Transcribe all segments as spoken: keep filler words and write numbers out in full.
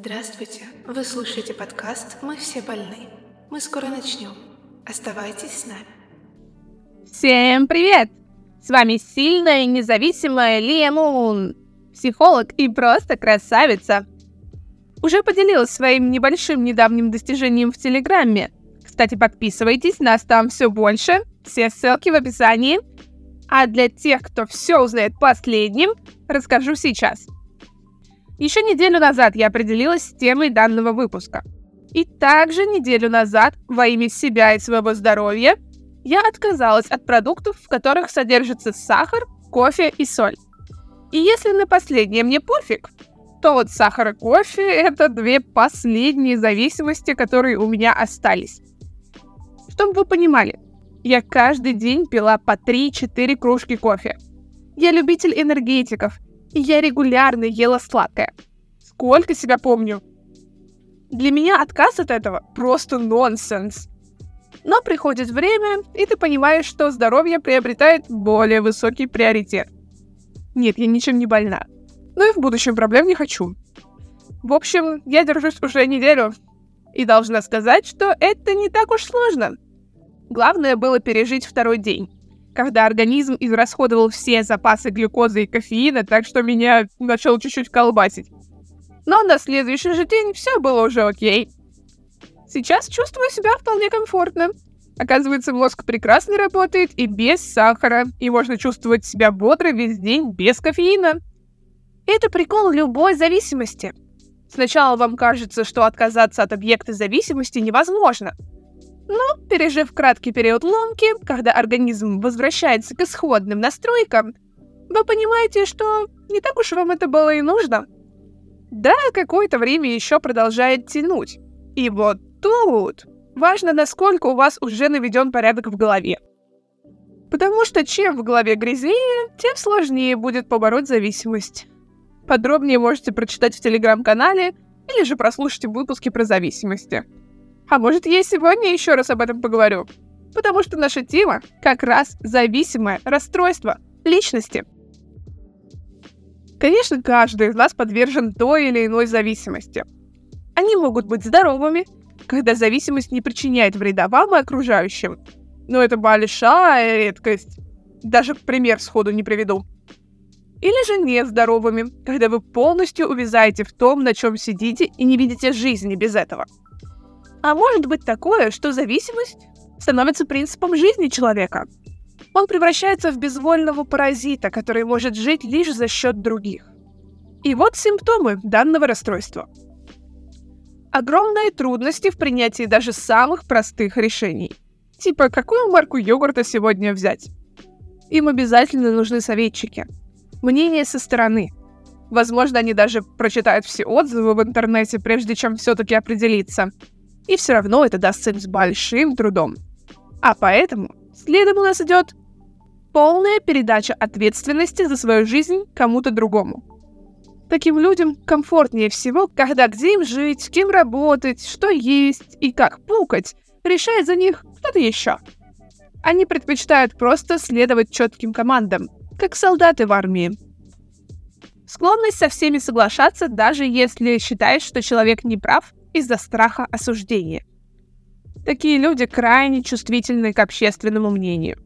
Здравствуйте! Вы слушаете подкаст «Мы все больны». Мы скоро начнем. Оставайтесь с нами. Всем привет! С вами сильная и независимая Лия Мун, психолог и просто красавица. Уже поделилась своим небольшим недавним достижением в Телеграме. Кстати, подписывайтесь, нас там все больше. Все ссылки в описании. А для тех, кто все узнает последним, расскажу сейчас. Еще неделю назад я определилась с темой данного выпуска. И также неделю назад, во имя себя и своего здоровья, я отказалась от продуктов, в которых содержится сахар, кофе и соль. И если на последнее мне пофиг, то вот сахар и кофе — это две последние зависимости, которые у меня остались. Чтобы вы понимали, я каждый день пила по три-четыре кружки кофе. Я любитель энергетиков, и я регулярно ела сладкое. Сколько себя помню. Для меня отказ от этого просто нонсенс. Но приходит время, и ты понимаешь, что здоровье приобретает более высокий приоритет. Нет, я ничем не больна. Но и в будущем проблем не хочу. В общем, я держусь уже неделю. И должна сказать, что это не так уж сложно. Главное было пережить второй день, когда организм израсходовал все запасы глюкозы и кофеина, так что меня начал чуть-чуть колбасить. Но на следующий же день все было уже окей. Сейчас чувствую себя вполне комфортно. Оказывается, мозг прекрасно работает и без сахара, и можно чувствовать себя бодро весь день без кофеина. Это прикол любой зависимости. Сначала вам кажется, что отказаться от объекта зависимости невозможно. Но, пережив краткий период ломки, когда организм возвращается к исходным настройкам, вы понимаете, что не так уж вам это было и нужно. Да, какое-то время еще продолжает тянуть. И вот тут важно, насколько у вас уже наведен порядок в голове. Потому что чем в голове грязнее, тем сложнее будет побороть зависимость. Подробнее можете прочитать в Телеграм-канале или же прослушать выпуски про зависимости. А может, я сегодня еще раз об этом поговорю? Потому что наша тема как раз зависимое расстройство личности. Конечно, каждый из нас подвержен той или иной зависимости. Они могут быть здоровыми, когда зависимость не причиняет вреда вам и окружающим. Но это большая редкость. Даже пример сходу не приведу. Или же нездоровыми, когда вы полностью увязаете в том, на чем сидите, и не видите жизни без этого. А может быть такое, что зависимость становится принципом жизни человека. Он превращается в безвольного паразита, который может жить лишь за счет других. И вот симптомы данного расстройства. Огромные трудности в принятии даже самых простых решений. Типа, какую марку йогурта сегодня взять? Им обязательно нужны советчики. Мнение со стороны. Возможно, они даже прочитают все отзывы в интернете, прежде чем все-таки определиться. И все равно это дастся им с большим трудом. А поэтому следом у нас идет полная передача ответственности за свою жизнь кому-то другому. Таким людям комфортнее всего, когда где им жить, кем работать, что есть и как пукать, решает за них кто-то еще. Они предпочитают просто следовать четким командам, как солдаты в армии. Склонность со всеми соглашаться, даже если считаешь, что человек не прав, из-за страха осуждения. Такие люди крайне чувствительны к общественному мнению.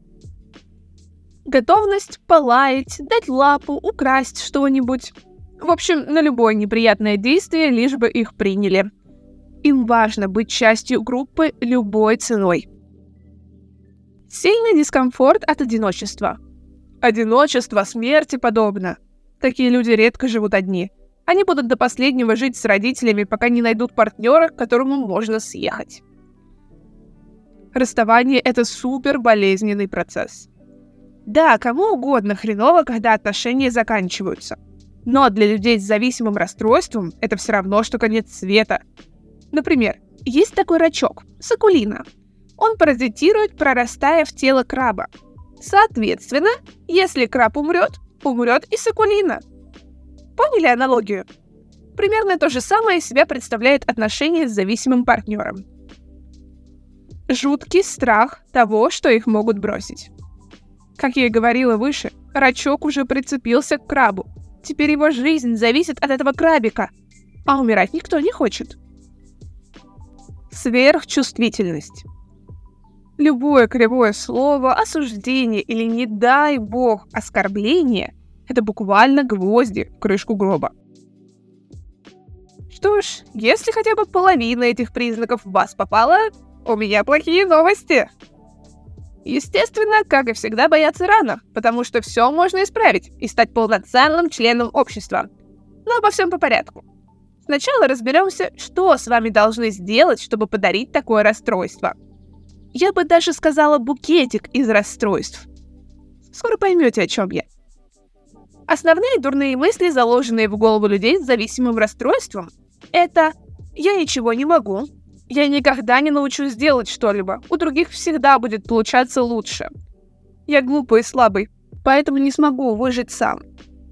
Готовность полаять, дать лапу, украсть что-нибудь. В общем, на любое неприятное действие, лишь бы их приняли. Им важно быть частью группы любой ценой. Сильный дискомфорт от одиночества. Одиночество смерти подобно. Такие люди редко живут одни. Они будут до последнего жить с родителями, пока не найдут партнера, к которому можно съехать. Расставание — это супер болезненный процесс. Да, кому угодно хреново, когда отношения заканчиваются. Но для людей с зависимым расстройством это все равно, что конец света. Например, есть такой рачок — сакулина. Он паразитирует, прорастая в тело краба. Соответственно, если краб умрет, умрет и сакулина. Поняли аналогию? Примерно то же самое из себя представляет отношение с зависимым партнером. Жуткий страх того, что их могут бросить. Как я и говорила выше, рачок уже прицепился к крабу. Теперь его жизнь зависит от этого крабика. а умирать никто не хочет. Сверхчувствительность. Любое кривое слово, осуждение или, не дай бог, оскорбление – это буквально гвозди в крышку гроба. Что ж, если хотя бы половина этих признаков в вас попала, у меня плохие новости. Естественно, как и всегда, бояться рано, потому что все можно исправить и стать полноценным членом общества. Но обо всем по порядку. Сначала разберемся, что с вами должны сделать, чтобы подарить такое расстройство. Я бы даже сказала букетик из расстройств. Скоро поймете, о чем я. Основные дурные мысли, заложенные в голову людей с зависимым расстройством, это «я ничего не могу», «я никогда не научусь делать что-либо, у других всегда будет получаться лучше», «я глупый и слабый, поэтому не смогу выжить сам».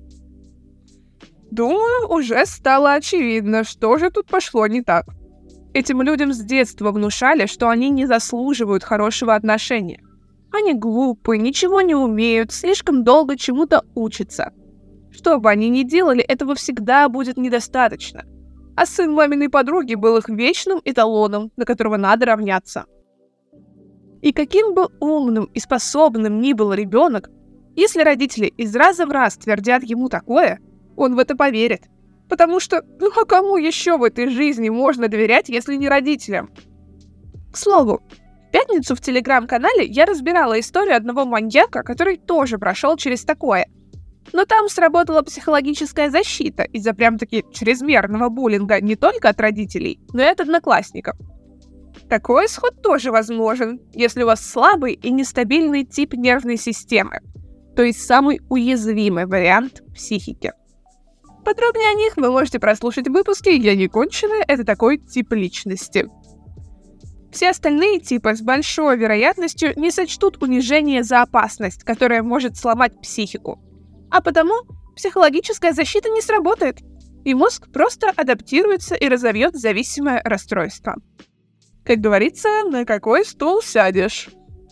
Думаю, уже стало очевидно, что же тут пошло не так. Этим людям с детства внушали, что они не заслуживают хорошего отношения. Они глупы, ничего не умеют, слишком долго чему-то учатся. Что бы они ни делали, этого всегда будет недостаточно. А сын маминой подруги был их вечным эталоном, на которого надо равняться. И каким бы умным и способным ни был ребенок, если родители из раза в раз твердят ему такое, он в это поверит. Потому что, ну а кому еще в этой жизни можно доверять, если не родителям? К слову, в пятницу в телеграм-канале я разбирала историю одного маньяка, который тоже прошел через такое. Но там сработала психологическая защита из-за прям-таки чрезмерного буллинга не только от родителей, но и от одноклассников. Такой исход тоже возможен, если у вас слабый и нестабильный тип нервной системы, то есть самый уязвимый вариант психики. Подробнее о них вы можете прослушать в выпуске «Я не конченая» — это такой тип личности. Все остальные типы с большой вероятностью не сочтут унижение за опасность, которая может сломать психику. А потому психологическая защита не сработает, и мозг просто адаптируется и разовьет зависимое расстройство. Как говорится, на какой стул сядешь.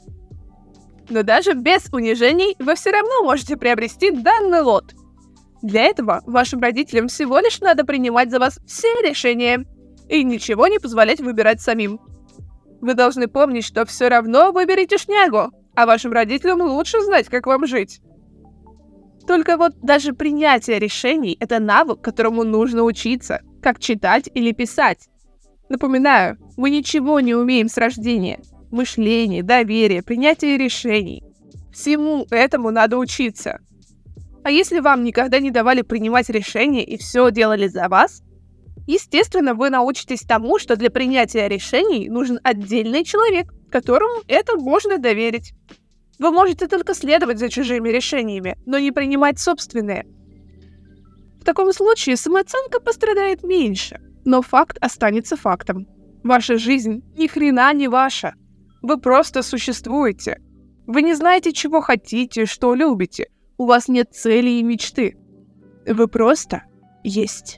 Но даже без унижений вы все равно можете приобрести данный лот. Для этого вашим родителям всего лишь надо принимать за вас все решения и ничего не позволять выбирать самим. Вы должны помнить, что все равно выберете шнягу, а вашим родителям лучше знать, как вам жить. Только вот даже принятие решений – это навык, которому нужно учиться, как читать или писать. Напоминаю, мы ничего не умеем с рождения. Мышление, доверие, принятие решений. Всему этому надо учиться. А если вам никогда не давали принимать решения и все делали за вас, естественно, вы научитесь тому, что для принятия решений нужен отдельный человек, которому это можно доверить. Вы можете только следовать за чужими решениями, но не принимать собственные. В таком случае самооценка пострадает меньше, но факт останется фактом. Ваша жизнь ни хрена не ваша. Вы просто существуете. Вы не знаете, чего хотите, что любите. У вас нет цели и мечты. Вы просто есть.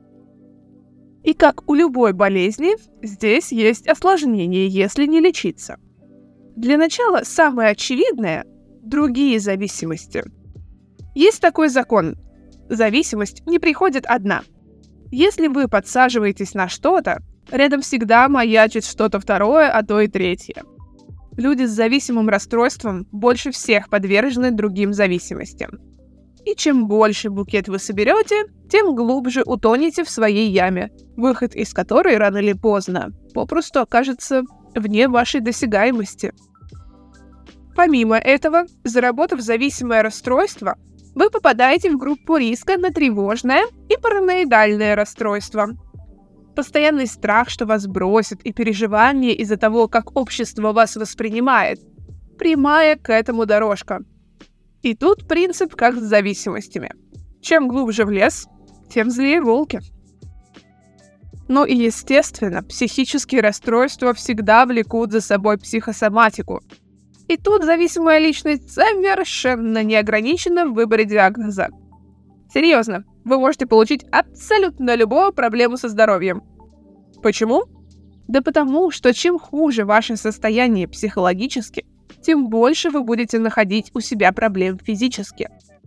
И как у любой болезни, здесь есть осложнение, если не лечиться. Для начала самое очевидное – другие зависимости. Есть такой закон. Зависимость не приходит одна. Если вы подсаживаетесь на что-то, рядом всегда маячит что-то второе, а то и третье. Люди с зависимым расстройством больше всех подвержены другим зависимостям. И чем больше букет вы соберете, тем глубже утонете в своей яме, выход из которой рано или поздно попросту окажется вне вашей досягаемости. Помимо этого, заработав зависимое расстройство, вы попадаете в группу риска на тревожное и параноидальное расстройство. Постоянный страх, что вас бросят, и переживание из-за того, как общество вас воспринимает. Прямая к этому дорожка. И тут принцип как с зависимостями. Чем глубже в лес, тем злее волки. Ну и естественно, психические расстройства всегда влекут за собой психосоматику. И тут зависимая личность совершенно не ограничена в выборе диагноза. Серьезно, вы можете получить абсолютно любую проблему со здоровьем. Почему? Да потому, что чем хуже ваше состояние психологически, тем больше вы будете находить у себя проблем физически.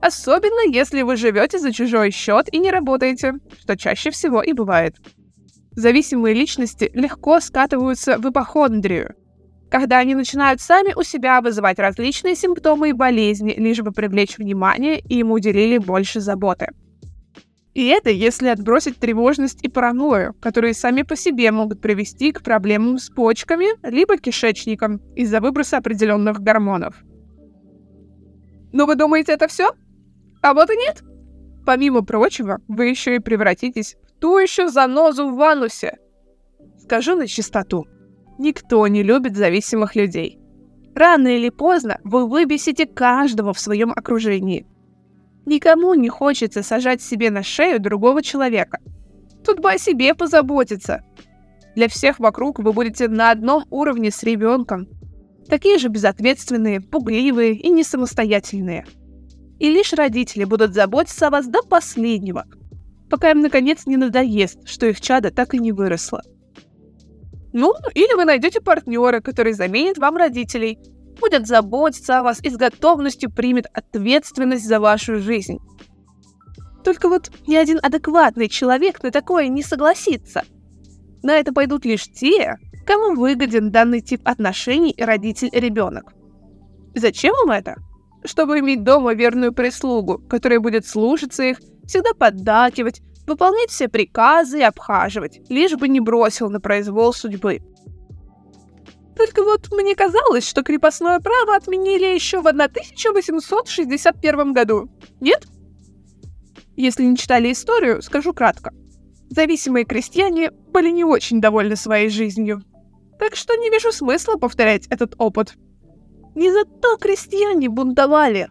Особенно, если вы живете за чужой счет и не работаете, что чаще всего и бывает. Зависимые личности легко скатываются в ипохондрию, когда они начинают сами у себя вызывать различные симптомы и болезни, лишь бы привлечь внимание и им уделили больше заботы. И это если отбросить тревожность и паранойю, которые сами по себе могут привести к проблемам с почками либо кишечником из-за выброса определенных гормонов. Но вы думаете, это все? А вот и нет. Помимо прочего, вы еще и превратитесь в ту еще занозу в анусе. Скажу на чистоту. Никто не любит зависимых людей. Рано или поздно вы выбесите каждого в своем окружении. Никому не хочется сажать себе на шею другого человека. Тут бы о себе позаботиться. Для всех вокруг вы будете на одном уровне с ребенком. Такие же безответственные, пугливые и не самостоятельные. И лишь родители будут заботиться о вас до последнего, пока им наконец не надоест, что их чадо так и не выросло. Ну, или вы найдете партнера, который заменит вам родителей, будет заботиться о вас и с готовностью примет ответственность за вашу жизнь. Только вот ни один адекватный человек на такое не согласится. На это пойдут лишь те, кому выгоден данный тип отношений родитель-ребенок. Зачем им это? Чтобы иметь дома верную прислугу, которая будет слушаться их, всегда поддакивать, выполнять все приказы и обхаживать, лишь бы не бросил на произвол судьбы. Только вот мне казалось, что крепостное право отменили еще в тысяча восемьсот шестьдесят первом году. Нет? Если не читали историю, скажу кратко. Зависимые крестьяне были не очень довольны своей жизнью. Так что не вижу смысла повторять этот опыт. Не за то крестьяне бунтовали.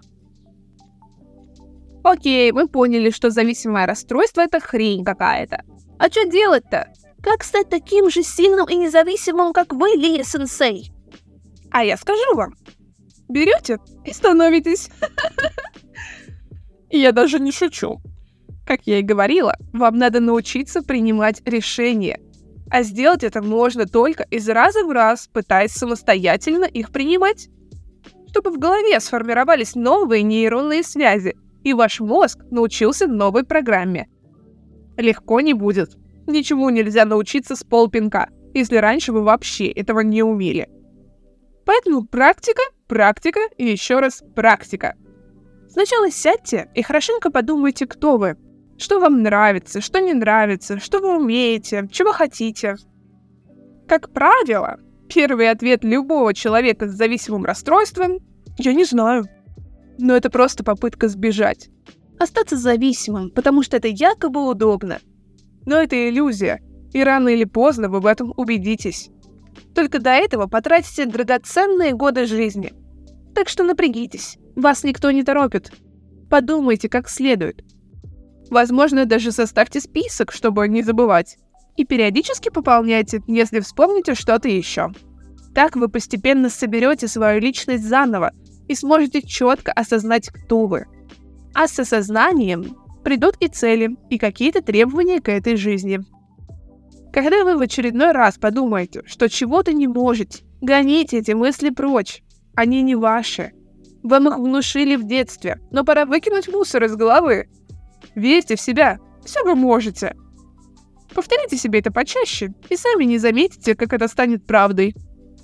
Окей, мы поняли, что зависимое расстройство — это хрень какая-то. А что делать-то? Как стать таким же сильным и независимым, как вы, Лия-сенсей? А я скажу вам. Берете и становитесь. И я даже не шучу. Как я и говорила, вам надо научиться принимать решения. А сделать это можно только из раза в раз, пытаясь самостоятельно их принимать. Чтобы в голове сформировались новые нейронные связи, и ваш мозг научился новой программе. Легко не будет. Ничему нельзя научиться с полпинка, если раньше вы вообще этого не умели. Поэтому практика, практика и еще раз практика. Сначала сядьте и хорошенько подумайте, кто вы. Что вам нравится, что не нравится, что вы умеете, чего хотите. Как правило, первый ответ любого человека с зависимым расстройством — «Я не знаю». Но это просто попытка сбежать. Остаться зависимым, потому что это якобы удобно. Но это иллюзия, и рано или поздно вы в этом убедитесь. Только до этого потратите драгоценные годы жизни. Так что напрягитесь, вас никто не торопит. Подумайте как следует. Возможно, даже составьте список, чтобы не забывать. И периодически пополняйте, если вспомните что-то еще. Так вы постепенно соберете свою личность заново и сможете четко осознать, кто вы. А с осознанием придут и цели, и какие-то требования к этой жизни. Когда вы в очередной раз подумаете, что чего-то не можете, гоните эти мысли прочь. Они не ваши. Вам их внушили в детстве, но пора выкинуть мусор из головы. Верьте в себя, все вы можете. Повторите себе это почаще, и сами не заметите, как это станет правдой.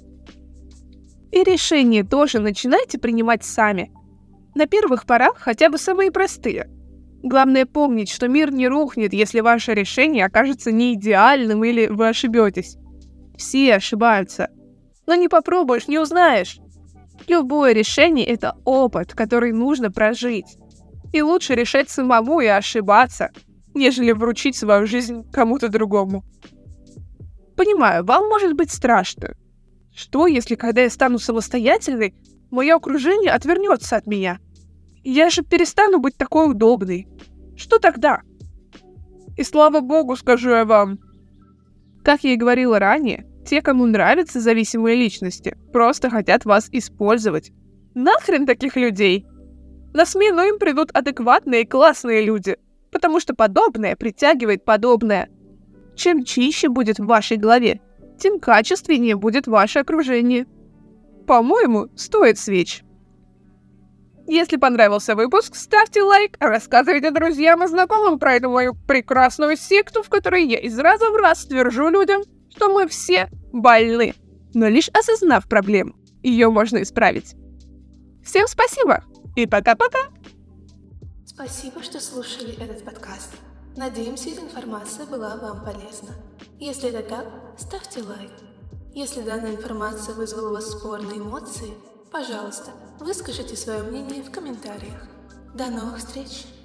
И решения тоже начинайте принимать сами. На первых порах хотя бы самые простые. Главное помнить, что мир не рухнет, если ваше решение окажется не идеальным или вы ошибетесь. Все ошибаются. Но не попробуешь, не узнаешь. Любое решение — это опыт, который нужно прожить. И лучше решать самому и ошибаться, нежели вручить свою жизнь кому-то другому. Понимаю, вам может быть страшно. Что, если, когда я стану самостоятельной, мое окружение отвернется от меня? Я же перестану быть такой удобной. Что тогда? И слава богу, скажу я вам. Как я и говорила ранее, те, кому нравятся зависимые личности, просто хотят вас использовать. Нахрен таких людей? На смену им придут адекватные и классные люди, потому что подобное притягивает подобное. Чем чище будет в вашей голове, тем качественнее будет ваше окружение. По-моему, стоит свеч. Если понравился выпуск, ставьте лайк, рассказывайте друзьям и знакомым про эту мою прекрасную секту, в которой я из раза в раз твержу людям, что мы все больны. Но лишь осознав проблему, ее можно исправить. Всем спасибо и пока-пока! Спасибо, что слушали этот подкаст. Надеемся, эта информация была вам полезна. Если это так, ставьте лайк. Если данная информация вызвала у вас спорные эмоции, пожалуйста, выскажите свое мнение в комментариях. До новых встреч!